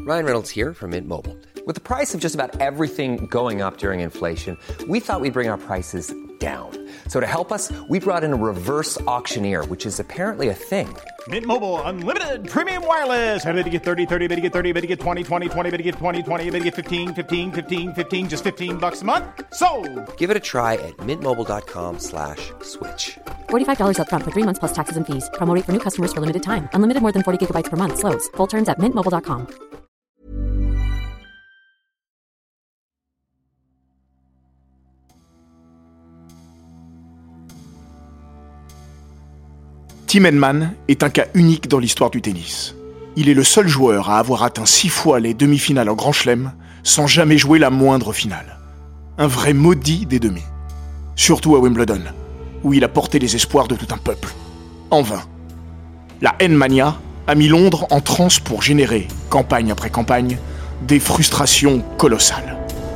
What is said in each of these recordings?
Ryan Reynolds here from Mint Mobile. With the price of just about everything going up during inflation, we thought we'd bring our prices down. So to help us, we brought in a reverse auctioneer, which is apparently a thing. Mint Mobile Unlimited Premium Wireless. How to get 30, 30, how to get 30, how to get 20, 20, 20, how to get 20, 20, how to get 15, 15, 15, 15, just $15 a month? Sold! Give it a try at mintmobile.com/switch. $45 up front for 3 months plus taxes and fees. Promo rate for new customers for limited time. Unlimited more than 40 gigabytes per month. Slows full terms at mintmobile.com. Tim Henman est un cas unique dans l'histoire du tennis. Il est le seul joueur à avoir atteint 6 fois les demi-finales en Grand Chelem sans jamais jouer la moindre finale. Un vrai maudit des demi. Surtout à Wimbledon, où il a porté les espoirs de tout un peuple. En vain. La Henmania a mis Londres en transe pour générer, campagne après campagne, des frustrations colossales.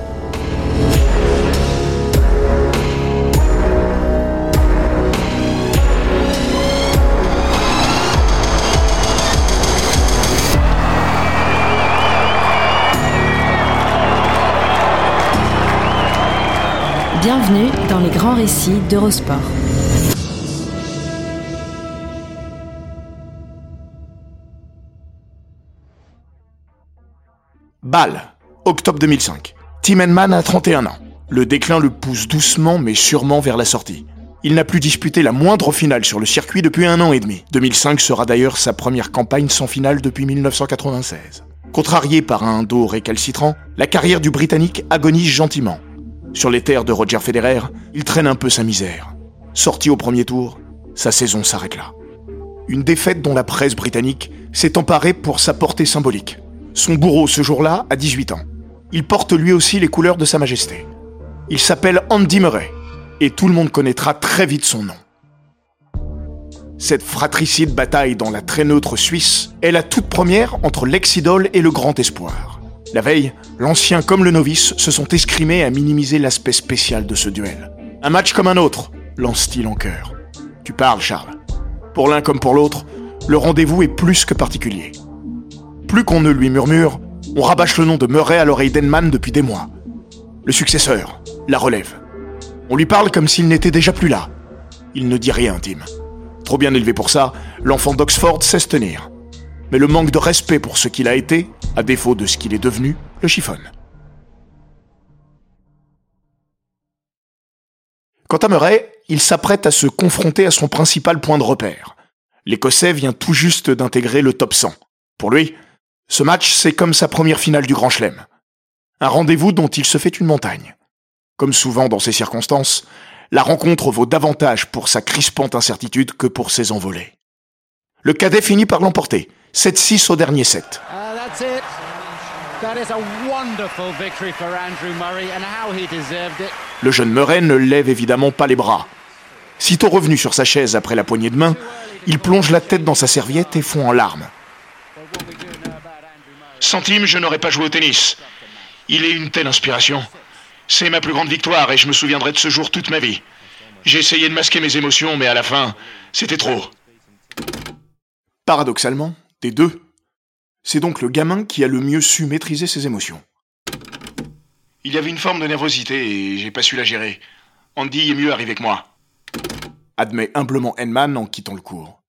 Bienvenue dans les grands récits d'Eurosport. Bâle, octobre 2005. Tim Henman a 31 ans. Le déclin le pousse doucement mais sûrement vers la sortie. Il n'a plus disputé la moindre finale sur le circuit depuis 1 an et demi. 2005 sera d'ailleurs sa première campagne sans finale depuis 1996. Contrarié par un dos récalcitrant, la carrière du Britannique agonise gentiment. Sur les terres de Roger Federer, il traîne un peu sa misère. Sorti au premier tour, sa saison s'arrête là. Une défaite dont la presse britannique s'est emparée pour sa portée symbolique. Son bourreau ce jour-là a 18 ans. Il porte lui aussi les couleurs de Sa Majesté. Il s'appelle Andy Murray, et tout le monde connaîtra très vite son nom. Cette fratricide bataille dans la très neutre Suisse est la toute première entre l'ex-idole et le grand espoir. La veille, l'ancien comme le novice se sont escrimés à minimiser l'aspect spécial de ce duel. Un match comme un autre, lance-t-il en chœur. Tu parles, Charles. Pour l'un comme pour l'autre, le rendez-vous est plus que particulier. Plus qu'on ne lui murmure, on rabâche le nom de Murray à l'oreille d'Henman depuis des mois. Le successeur, la relève. On lui parle comme s'il n'était déjà plus là. Il ne dit rien, Tim. Trop bien élevé pour ça, l'enfant d'Oxford sait se tenir. Mais le manque de respect pour ce qu'il a été, à défaut de ce qu'il est devenu, le chiffonne. Quant à Murray, il s'apprête à se confronter à son principal point de repère. L'Écossais vient tout juste d'intégrer le top 100. Pour lui, ce match, c'est comme sa première finale du Grand Chelem. Un rendez-vous dont il se fait une montagne. Comme souvent dans ces circonstances, la rencontre vaut davantage pour sa crispante incertitude que pour ses envolées. Le cadet finit par l'emporter, 7-6 au dernier set. Le jeune Murray ne lève évidemment pas les bras. Sitôt revenu sur sa chaise après la poignée de main, il plonge la tête dans sa serviette et fond en larmes. Sans Tim, je n'aurais pas joué au tennis. Il est une telle inspiration. C'est ma plus grande victoire et je me souviendrai de ce jour toute ma vie. J'ai essayé de masquer mes émotions, mais à la fin, c'était trop. Paradoxalement, des deux, c'est donc le gamin qui a le mieux su maîtriser ses émotions. Il y avait une forme de nervosité et j'ai pas su la gérer. Andy est mieux arrivé que moi. Admet humblement Henman en quittant le court.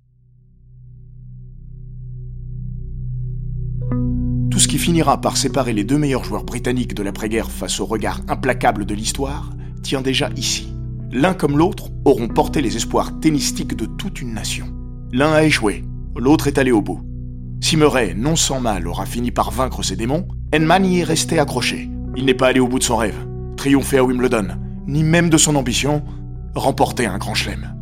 Tout ce qui finira par séparer les deux meilleurs joueurs britanniques de l'après-guerre face au regard implacable de l'histoire tient déjà ici. L'un comme l'autre auront porté les espoirs tennistiques de toute une nation. L'un a échoué, l'autre est allé au bout. Si Murray, non sans mal, aura fini par vaincre ses démons, Henman y est resté accroché. Il n'est pas allé au bout de son rêve, triompher à Wimbledon, ni même de son ambition, remporter un Grand Chelem.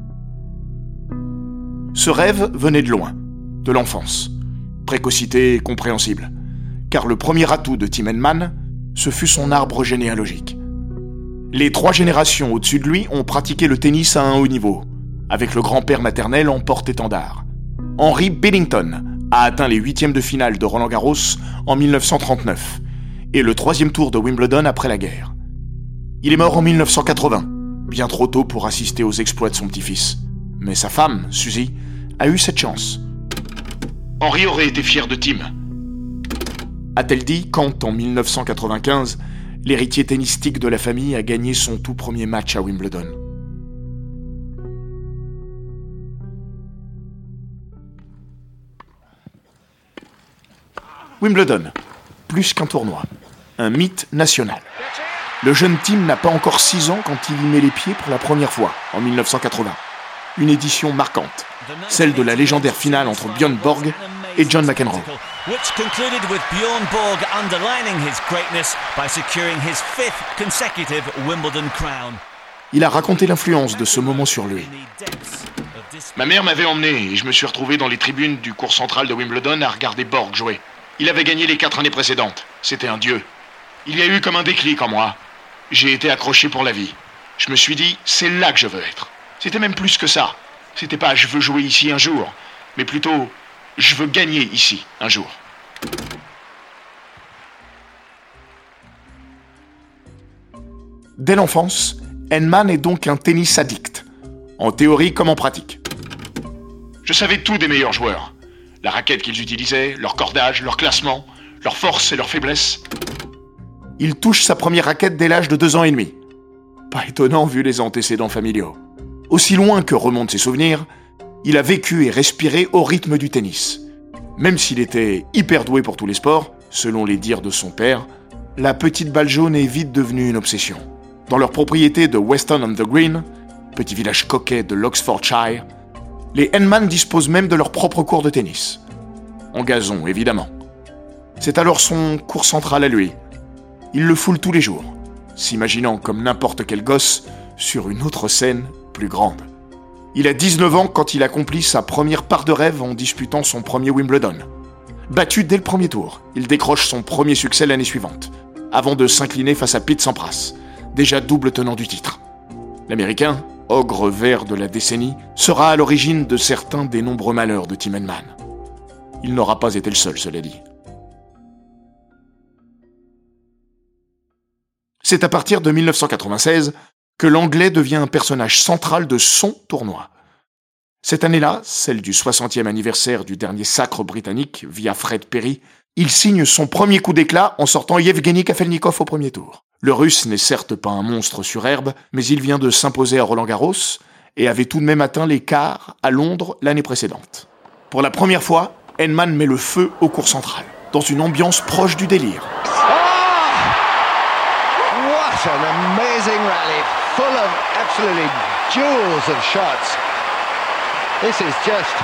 Ce rêve venait de loin, de l'enfance. Précocité compréhensible, car le premier atout de Tim Henman, ce fut son arbre généalogique. Les 3 générations au-dessus de lui ont pratiqué le tennis à un haut niveau, avec le grand-père maternel en porte-étendard. Henry Billington a atteint les 8e de finale de Roland-Garros en 1939 et le 3e tour de Wimbledon après la guerre. Il est mort en 1980, bien trop tôt pour assister aux exploits de son petit-fils. Mais sa femme, Suzy, a eu cette chance. Henry aurait été fier de Tim. a-t-elle dit quand, en 1995, l'héritier tennistique de la famille a gagné son tout premier match à Wimbledon. Wimbledon, plus qu'un tournoi, un mythe national. Le jeune Tim n'a pas encore 6 ans quand il y met les pieds pour la première fois, en 1980. Une édition marquante, celle de la légendaire finale entre Björn Borg et John McEnroe. Which concluded with Björn Borg underlining his greatness by securing his 5th consecutive Wimbledon crown. Il a raconté l'influence de ce moment sur lui. Ma mère m'avait emmené et je me suis retrouvé dans les tribunes du cours central de Wimbledon à regarder Borg jouer. Il avait gagné les 4 années précédentes. C'était un dieu. Il y a eu comme un déclic en moi. J'ai été accroché pour la vie. Je me suis dit, c'est là que je veux être. C'était même plus que ça. C'était pas je veux jouer ici un jour, mais plutôt je veux gagner ici un jour. Dès l'enfance, Henman est donc un tennis addict, en théorie comme en pratique. Je savais tout des meilleurs joueurs. La raquette qu'ils utilisaient, leur cordage, leur classement, leurs forces et leurs faiblesses. Il touche sa première raquette dès l'âge de 2 ans et demi. Pas étonnant vu les antécédents familiaux. Aussi loin que remontent ses souvenirs, il a vécu et respiré au rythme du tennis. Même s'il était hyper doué pour tous les sports, selon les dires de son père, la petite balle jaune est vite devenue une obsession. Dans leur propriété de Weston-on-the-Green, petit village coquet de l'Oxfordshire, les Henman disposent même de leur propre court de tennis. En gazon, évidemment. C'est alors son court central à lui. Il le foule tous les jours, s'imaginant comme n'importe quel gosse sur une autre scène plus grande. Il a 19 ans quand il accomplit sa première part de rêve en disputant son premier Wimbledon. Battu dès le premier tour, il décroche son premier succès l'année suivante, avant de s'incliner face à Pete Sampras, déjà double tenant du titre. L'Américain, ogre vert de la décennie, sera à l'origine de certains des nombreux malheurs de Tim Henman. Il n'aura pas été le seul, cela dit. C'est à partir de 1996 que l'Anglais devient un personnage central de son tournoi. Cette année-là, celle du 60e anniversaire du dernier sacre britannique via Fred Perry, il signe son premier coup d'éclat en sortant Yevgeny Kafelnikov au premier tour. Le Russe n'est certes pas un monstre sur herbe, mais il vient de s'imposer à Roland-Garros et avait tout de même atteint les quarts à Londres l'année précédente. Pour la première fois, Henman met le feu au court central, dans une ambiance proche du délire. What an amazing rally, full of absolutely jewels of shots. This is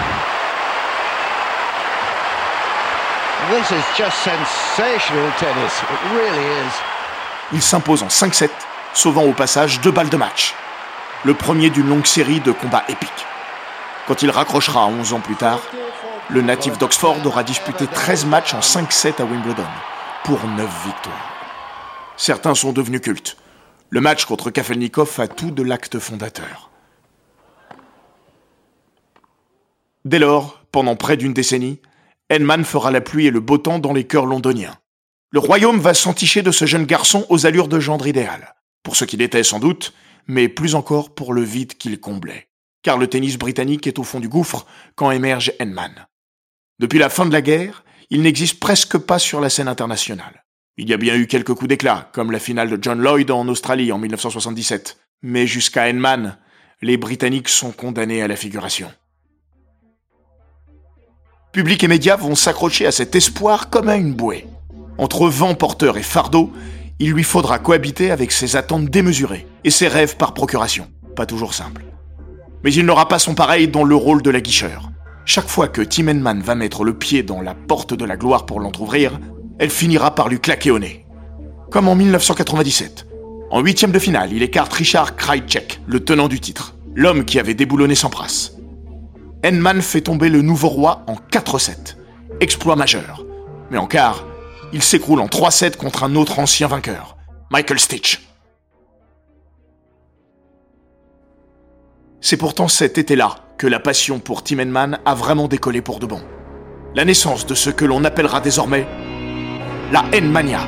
just sensational tennis. It really is. Il s'impose en 5-7, sauvant au passage 2 balles de match. Le premier d'une longue série de combats épiques. Quand il raccrochera 11 ans plus tard, le natif d'Oxford aura disputé 13 matchs en 5-7 à Wimbledon, pour 9 victoires. Certains sont devenus cultes. Le match contre Kafelnikov a tout de l'acte fondateur. Dès lors, pendant près d'une décennie, Henman fera la pluie et le beau temps dans les cœurs londoniens. Le royaume va s'enticher de ce jeune garçon aux allures de gendre idéal. Pour ce qu'il était sans doute, mais plus encore pour le vide qu'il comblait. Car le tennis britannique est au fond du gouffre quand émerge Henman. Depuis la fin de la guerre, il n'existe presque pas sur la scène internationale. Il y a bien eu quelques coups d'éclat, comme la finale de John Lloyd en Australie en 1977. Mais jusqu'à Henman, les Britanniques sont condamnés à la figuration. Public et médias vont s'accrocher à cet espoir comme à une bouée. Entre vent porteur et fardeau, il lui faudra cohabiter avec ses attentes démesurées et ses rêves par procuration. Pas toujours simple. Mais il n'aura pas son pareil dans le rôle de l'aguicheur. Chaque fois que Tim Henman va mettre le pied dans la porte de la gloire pour l'entrouvrir, elle finira par lui claquer au nez. Comme en 1997. En 8e de finale, il écarte Richard Krajicek, le tenant du titre, l'homme qui avait déboulonné Sampras. Henman fait tomber le nouveau roi en 4-7. Exploit majeur. Mais en quart, il s'écroule en 3-7 contre un autre ancien vainqueur, Michael Stich. C'est pourtant cet été-là que la passion pour Tim Henman a vraiment décollé pour de bon. La naissance de ce que l'on appellera désormais la Henmania.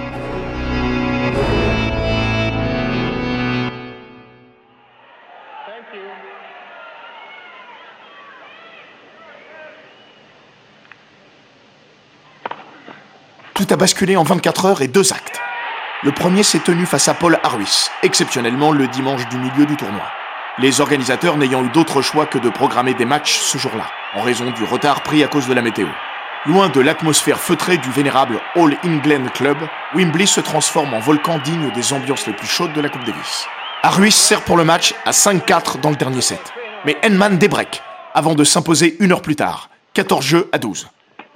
Tout tout a basculé en 24 heures et 2 actes. Le premier s'est tenu face à Paul Harris, exceptionnellement le dimanche du milieu du tournoi. Les organisateurs n'ayant eu d'autre choix que de programmer des matchs ce jour-là, en raison du retard pris à cause de la météo. Loin de l'atmosphère feutrée du vénérable All England Club, Wembley se transforme en volcan digne des ambiances les plus chaudes de la Coupe Davis. Harris sert pour le match à 5-4 dans le dernier set. Mais Henman débreak, avant de s'imposer 1 heure plus tard, 14-12.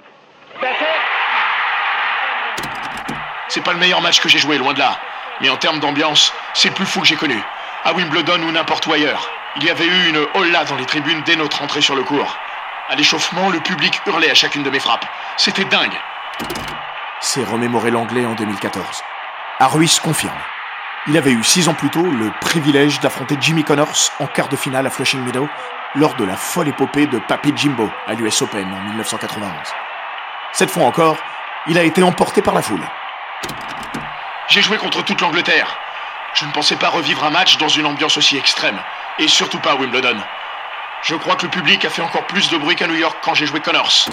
C'est pas le meilleur match que j'ai joué, loin de là. Mais en termes d'ambiance, c'est le plus fou que j'ai connu. À Wimbledon ou n'importe où ailleurs. Il y avait eu une holla dans les tribunes dès notre entrée sur le court. À l'échauffement, le public hurlait à chacune de mes frappes. C'était dingue. C'est remémorer l'anglais en 2014. Harris confirme. Il avait eu 6 ans plus tôt le privilège d'affronter Jimmy Connors en quart de finale à Flushing Meadows lors de la folle épopée de Papi Jimbo à l'US Open en 1991. Cette fois encore, il a été emporté par la foule. J'ai joué contre toute l'Angleterre. Je ne pensais pas revivre un match dans une ambiance aussi extrême. Et surtout pas à Wimbledon. Je crois que le public a fait encore plus de bruit qu'à New York quand j'ai joué Connors.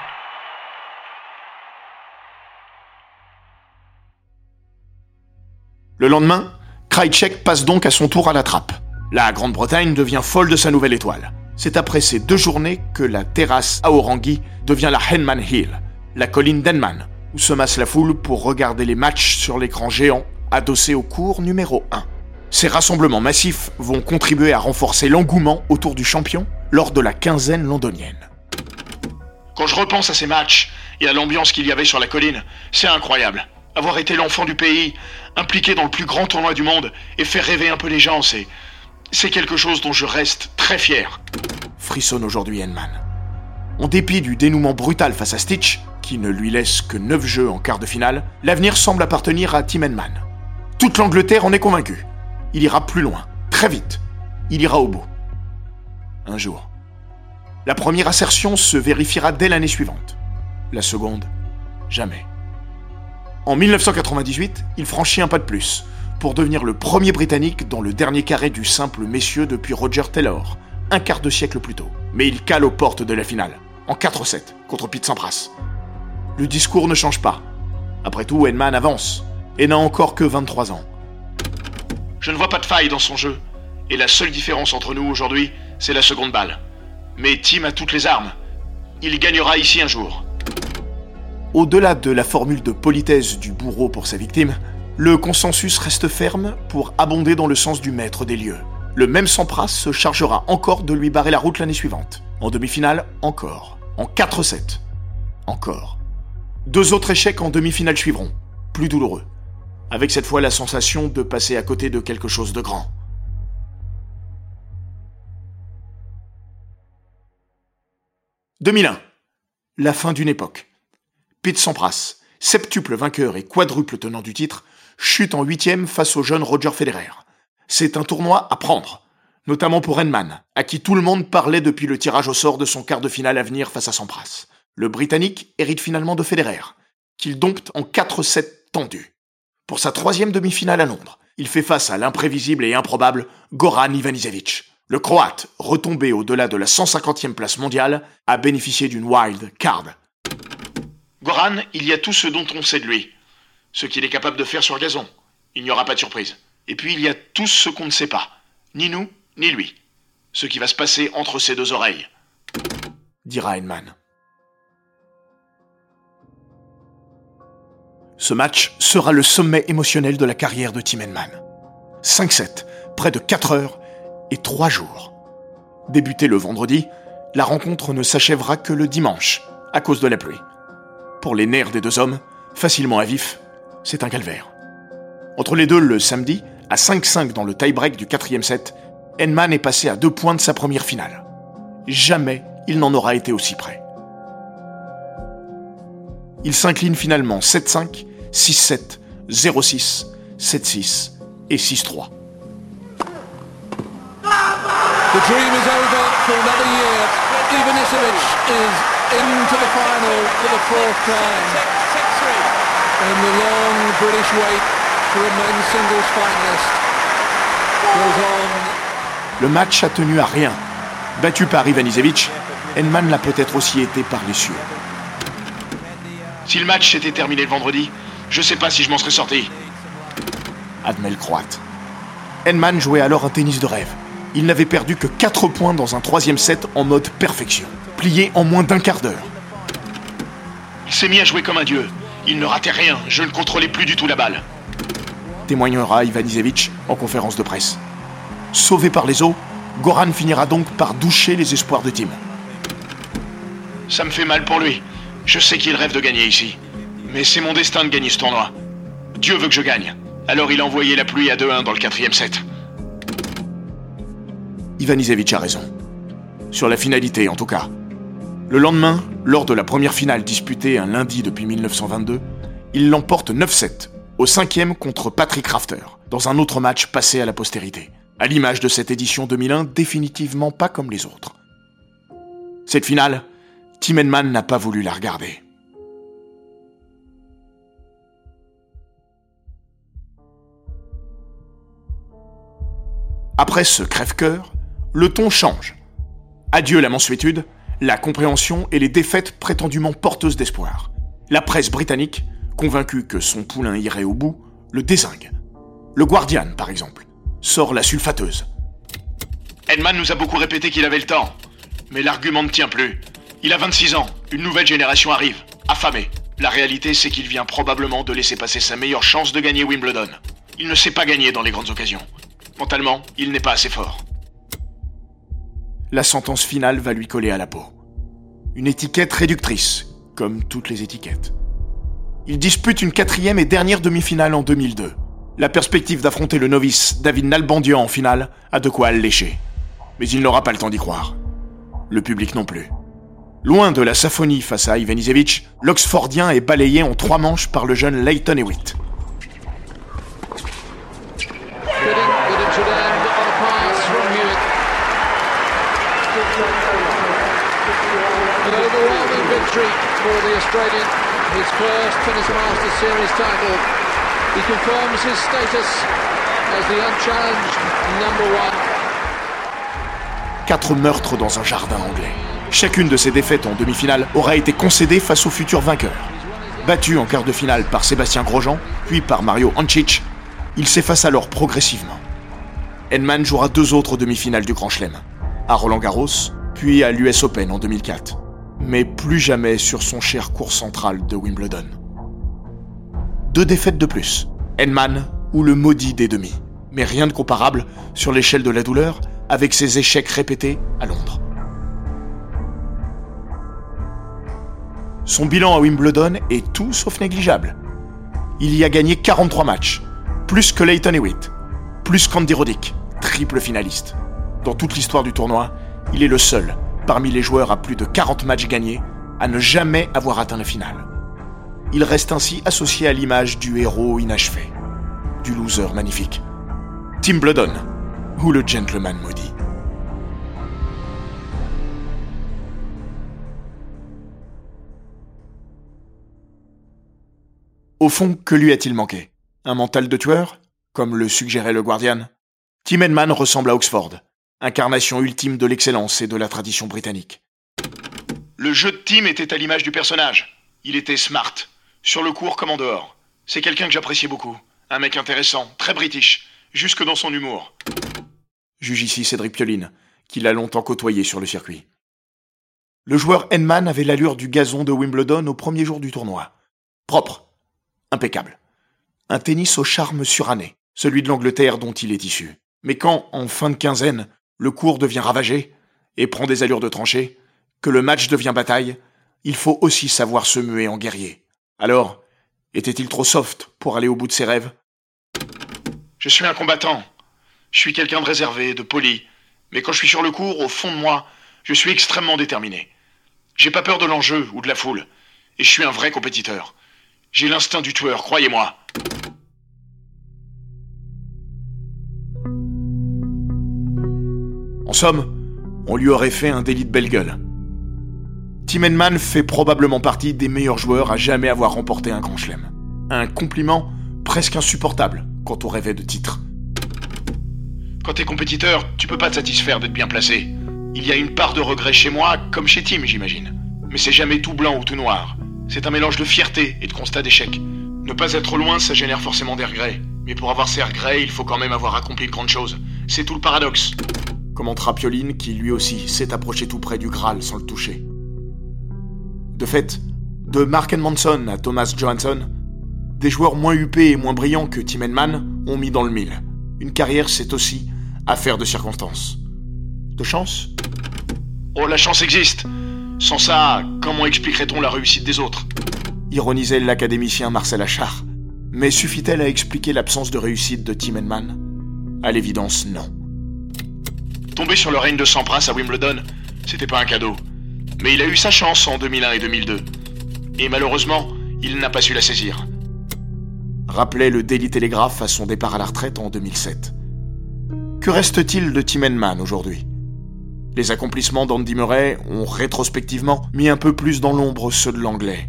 Le lendemain, Krajicek passe donc à son tour à la trappe. La Grande-Bretagne devient folle de sa nouvelle étoile. C'est après ces 2 journées que la terrasse à Aorangi devient la Henman Hill, la colline d'Henman, où se masse la foule pour regarder les matchs sur l'écran géant, adossé au court numéro 1. Ces rassemblements massifs vont contribuer à renforcer l'engouement autour du champion lors de la quinzaine londonienne. Quand je repense à ces matchs et à l'ambiance qu'il y avait sur la colline, c'est incroyable. Avoir été l'enfant du pays, impliqué dans le plus grand tournoi du monde et faire rêver un peu les gens, c'est quelque chose dont je reste très fier. Frissonne aujourd'hui Henman. En dépit du dénouement brutal face à Stitch, qui ne lui laisse que 9 jeux en quart de finale, l'avenir semble appartenir à Tim Henman. Toute l'Angleterre en est convaincue. Il ira plus loin, très vite. Il ira au bout. Un jour. La première assertion se vérifiera dès l'année suivante. La seconde, jamais. En 1998, il franchit un pas de plus, pour devenir le premier Britannique dans le dernier carré du simple messieurs depuis Roger Taylor, un quart de siècle plus tôt. Mais il cale aux portes de la finale, en 4-7, contre Pete Sampras. Le discours ne change pas. Après tout, Henman avance, et n'a encore que 23 ans. Je ne vois pas de faille dans son jeu. Et la seule différence entre nous aujourd'hui, c'est la seconde balle. Mais Tim a toutes les armes. Il gagnera ici un jour. Au-delà de la formule de politesse du bourreau pour sa victime, le consensus reste ferme pour abonder dans le sens du maître des lieux. Le même Sampras se chargera encore de lui barrer la route l'année suivante. En demi-finale, encore. En 4-7, encore. 2 autres échecs en demi-finale suivront, plus douloureux. Avec cette fois la sensation de passer à côté de quelque chose de grand. « 2001. La fin d'une époque. Pete Sampras, septuple vainqueur et quadruple tenant du titre, chute en 8e face au jeune Roger Federer. C'est un tournoi à prendre, notamment pour Henman, à qui tout le monde parlait depuis le tirage au sort de son quart de finale à venir face à Sampras. Le Britannique hérite finalement de Federer, qu'il dompte en 4-7 tendus. Pour sa 3e demi-finale à Londres, il fait face à l'imprévisible et improbable Goran Ivanisevic. Le Croate, retombé au-delà de la 150e place mondiale, a bénéficié d'une wild card. Goran, il y a tout ce dont on sait de lui. Ce qu'il est capable de faire sur gazon. Il n'y aura pas de surprise. Et puis il y a tout ce qu'on ne sait pas. Ni nous, ni lui. Ce qui va se passer entre ses 2 oreilles. Dira Henman. Ce match sera le sommet émotionnel de la carrière de Tim Henman. 5-7, près de 4 heures et 3 jours. Débutée le vendredi, la rencontre ne s'achèvera que le dimanche, à cause de la pluie. Pour les nerfs des 2 hommes, facilement à vif, c'est un calvaire. Entre les deux, le samedi, à 5-5 dans le tie-break du 4e set, Henman est passé à 2 points de sa première finale. Jamais il n'en aura été aussi près. Il s'incline finalement 7-5, 6-7, 0-6, 7-6 et 6-3. The dream is over for another year. Ivanisevic is into the final for the 4th time. And the long British wait for a men's singles finalist goes on. Le match a tenu à rien. Battu par Ivanisevic, Henman l'a peut-être aussi été par les cieux. Si le match s'était terminé le vendredi, je sais pas si je m'en serais sorti. Admet le croate. Henman jouait alors un tennis de rêve. Il n'avait perdu que 4 points dans un 3e set en mode perfection, plié en moins d'un quart d'heure. Il s'est mis à jouer comme un dieu. Il ne ratait rien, je ne contrôlais plus du tout la balle. Témoignera Ivanisevic en conférence de presse. Sauvé par les eaux, Goran finira donc par doucher les espoirs de Tim. Ça me fait mal pour lui. Je sais qu'il rêve de gagner ici. Mais c'est mon destin de gagner ce tournoi. Dieu veut que je gagne. Alors il a envoyé la pluie à 2-1 dans le 4e set. Ivanisevic a raison. Sur la finalité, en tout cas. Le lendemain, lors de la première finale disputée un lundi depuis 1922, il l'emporte 9-7, au 5e contre Patrick Rafter, dans un autre match passé à la postérité, à l'image de cette édition 2001 définitivement pas comme les autres. Cette finale, Tim Henman n'a pas voulu la regarder. Après ce crève-cœur, le ton change. Adieu la mansuétude, la compréhension et les défaites prétendument porteuses d'espoir. La presse britannique, convaincue que son poulain irait au bout, le dézingue. Le Guardian, par exemple, sort la sulfateuse. Henman nous a beaucoup répété qu'il avait le temps. Mais l'argument ne tient plus. Il a 26 ans, une nouvelle génération arrive, affamée. La réalité, c'est qu'il vient probablement de laisser passer sa meilleure chance de gagner Wimbledon. Il ne sait pas gagner dans les grandes occasions. Mentalement, il n'est pas assez fort. La sentence finale va lui coller à la peau. Une étiquette réductrice, comme toutes les étiquettes. Il dispute une 4e et dernière demi-finale en 2002. La perspective d'affronter le novice David Nalbandian en finale a de quoi le lécher. Mais il n'aura pas le temps d'y croire. Le public non plus. Loin de la symphonie face à Ivanisevic, l'Oxfordien est balayé en 3 manches par le jeune Lleyton Hewitt. An overwhelming victory for the Australian, his first Tennis Masters Series title. He confirms his status as the unchallenged number 1. 4 meurtres dans un jardin anglais. Chacune de ses défaites en demi-finale aura été concédée face au futur vainqueur. Battu en quart de finale par Sébastien Grosjean, puis par Mario Hancic, il s'efface alors progressivement. Henman jouera 2 autres demi-finales du Grand Chelem, à Roland-Garros, puis à l'US Open en 2004, mais plus jamais sur son cher court central de Wimbledon. 2 défaites de plus, Henman ou le maudit des demi, mais rien de comparable sur l'échelle de la douleur avec ses échecs répétés à Londres. Son bilan à Wimbledon est tout sauf négligeable. Il y a gagné 43 matchs, plus que Lleyton Hewitt, plus qu'Andy Roddick, triple finaliste. Dans toute l'histoire du tournoi, il est le seul, parmi les joueurs à plus de 40 matchs gagnés, à ne jamais avoir atteint la finale. Il reste ainsi associé à l'image du héros inachevé, du loser magnifique, Tim Bloodon, ou le gentleman maudit. Au fond, que lui a-t-il manqué ? Un mental de tueur, comme le suggérait le Guardian ? Tim Henman ressemble à Oxford, incarnation ultime de l'excellence et de la tradition britannique. Le jeu de Tim était à l'image du personnage. Il était smart, sur le court comme en dehors. C'est quelqu'un que j'appréciais beaucoup. Un mec intéressant, très british, jusque dans son humour. Juge ici Cédric Pioline, qui l'a longtemps côtoyé sur le circuit. Le joueur Henman avait l'allure du gazon de Wimbledon au premier jour du tournoi. Propre, impeccable. Un tennis au charme suranné, celui de l'Angleterre dont il est issu. Mais quand, en fin de quinzaine, le court devient ravagé et prend des allures de tranchée, que le match devient bataille, il faut aussi savoir se muer en guerrier. Alors, était-il trop soft pour aller au bout de ses rêves ? Je suis un combattant. Je suis quelqu'un de réservé, de poli. Mais quand je suis sur le court, au fond de moi, je suis extrêmement déterminé. J'ai pas peur de l'enjeu ou de la foule. Et je suis un vrai compétiteur. J'ai l'instinct du tueur, croyez-moi. En somme, on lui aurait fait un délit de belle gueule. Tim Henman fait probablement partie des meilleurs joueurs à jamais avoir remporté un Grand Chelem. Un compliment presque insupportable quand on rêvait de titres. Quand t'es compétiteur, tu peux pas te satisfaire d'être bien placé. Il y a une part de regret chez moi, comme chez Tim, j'imagine. Mais c'est jamais tout blanc ou tout noir. C'est un mélange de fierté et de constat d'échec. Ne pas être loin, ça génère forcément des regrets. Mais pour avoir ces regrets, il faut quand même avoir accompli de grandes choses. C'est tout le paradoxe. Commentera Pioline, qui lui aussi s'est approché tout près du Graal sans le toucher. De fait, de Mark Edmondson à Thomas Johansson, des joueurs moins huppés et moins brillants que Tim Henman ont mis dans le mille. Une carrière, c'est aussi affaire de circonstances. De chance ? Oh, la chance existe. Sans ça, comment expliquerait-on la réussite des autres ? Ironisait l'académicien Marcel Achard. Mais suffit-elle à expliquer l'absence de réussite de Tim Henman ? À l'évidence, non. Tomber sur le règne de Sampras à Wimbledon, c'était pas un cadeau. Mais il a eu sa chance en 2001 et 2002. Et malheureusement, il n'a pas su la saisir. Rappelait le Daily Telegraph à son départ à la retraite en 2007. Que reste-t-il de Tim Henman aujourd'hui ? Les accomplissements d'Andy Murray ont rétrospectivement mis un peu plus dans l'ombre ceux de l'anglais.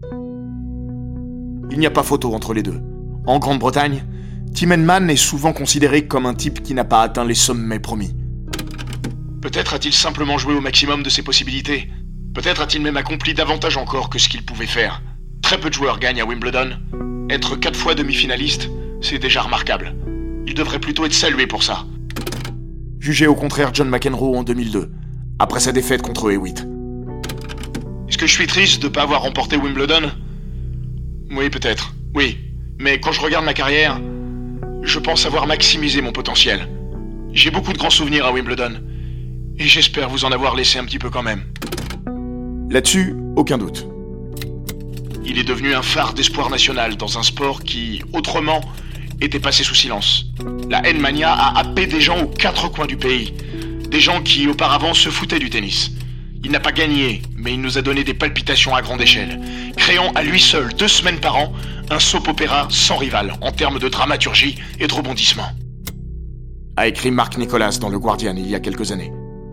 Il n'y a pas photo entre les deux. En Grande-Bretagne, Tim Henman est souvent considéré comme un type qui n'a pas atteint les sommets promis. Peut-être a-t-il simplement joué au maximum de ses possibilités. Peut-être a-t-il même accompli davantage encore que ce qu'il pouvait faire. Très peu de joueurs gagnent à Wimbledon. Être 4 fois demi-finaliste, c'est déjà remarquable. Il devrait plutôt être salué pour ça. Jugeait au contraire John McEnroe en 2002, après sa défaite contre Hewitt. Est-ce que je suis triste de ne pas avoir remporté Wimbledon ? Oui, peut-être. Oui. Mais quand je regarde ma carrière, je pense avoir maximisé mon potentiel. J'ai beaucoup de grands souvenirs à Wimbledon. Et j'espère vous en avoir laissé un petit peu quand même. Là-dessus, aucun doute. Il est devenu un phare d'espoir national dans un sport qui, autrement, était passé sous silence. La Henmania a happé des gens aux 4 coins du pays. Des gens qui, auparavant, se foutaient du tennis. Il n'a pas gagné, mais il nous a donné des palpitations à grande échelle, créant à lui seul 2 semaines par an un soap-opéra sans rival en termes de dramaturgie et de rebondissement. A écrit Mark Nicholas dans Le Guardian il y a quelques années.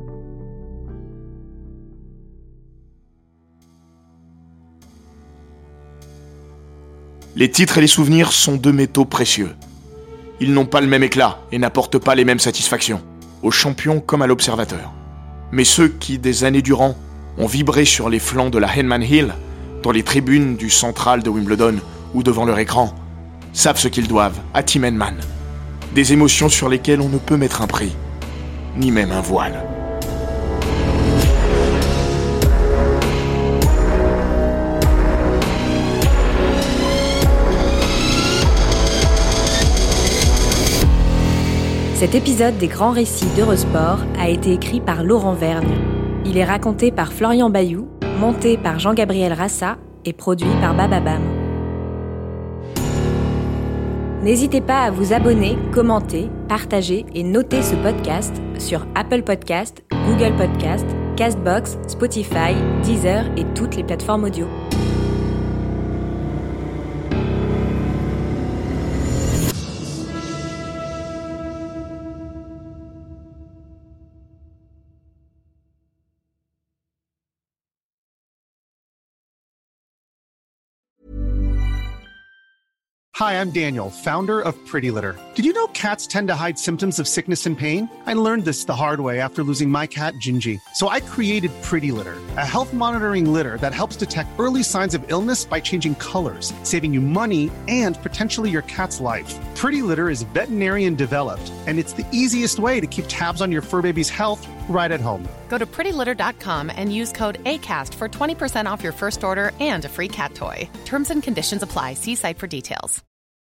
Les titres et les souvenirs sont 2 métaux précieux. Ils n'ont pas le même éclat et n'apportent pas les mêmes satisfactions, aux champions comme à l'observateur. Mais ceux qui, des années durant, ont vibré sur les flancs de la Henman Hill, dans les tribunes du central de Wimbledon ou devant leur écran, savent ce qu'ils doivent à Tim Henman. Des émotions sur lesquelles on ne peut mettre un prix, ni même un voile. Cet épisode des Grands Récits d'Eurosport a été écrit par Laurent Vergne. Il est raconté par Florian Bayou, monté par Jean-Gabriel Rassa et produit par Bababam. N'hésitez pas à vous abonner, commenter, partager et noter ce podcast sur Apple Podcast, Google Podcast, Castbox, Spotify, Deezer et toutes les plateformes audio. Hi, I'm Daniel, founder of Pretty Litter. Did you know cats tend to hide symptoms of sickness and pain? I learned this the hard way after losing my cat, Gingy. So I created Pretty Litter, a health monitoring litter that helps detect early signs of illness by changing colors, saving you money and potentially your cat's life. Pretty Litter is veterinarian developed, and it's the easiest way to keep tabs on your fur baby's health right at home. Go to prettylitter.com and use code ACAST for 20% off your first order and a free cat toy. Terms and conditions apply. See site for details.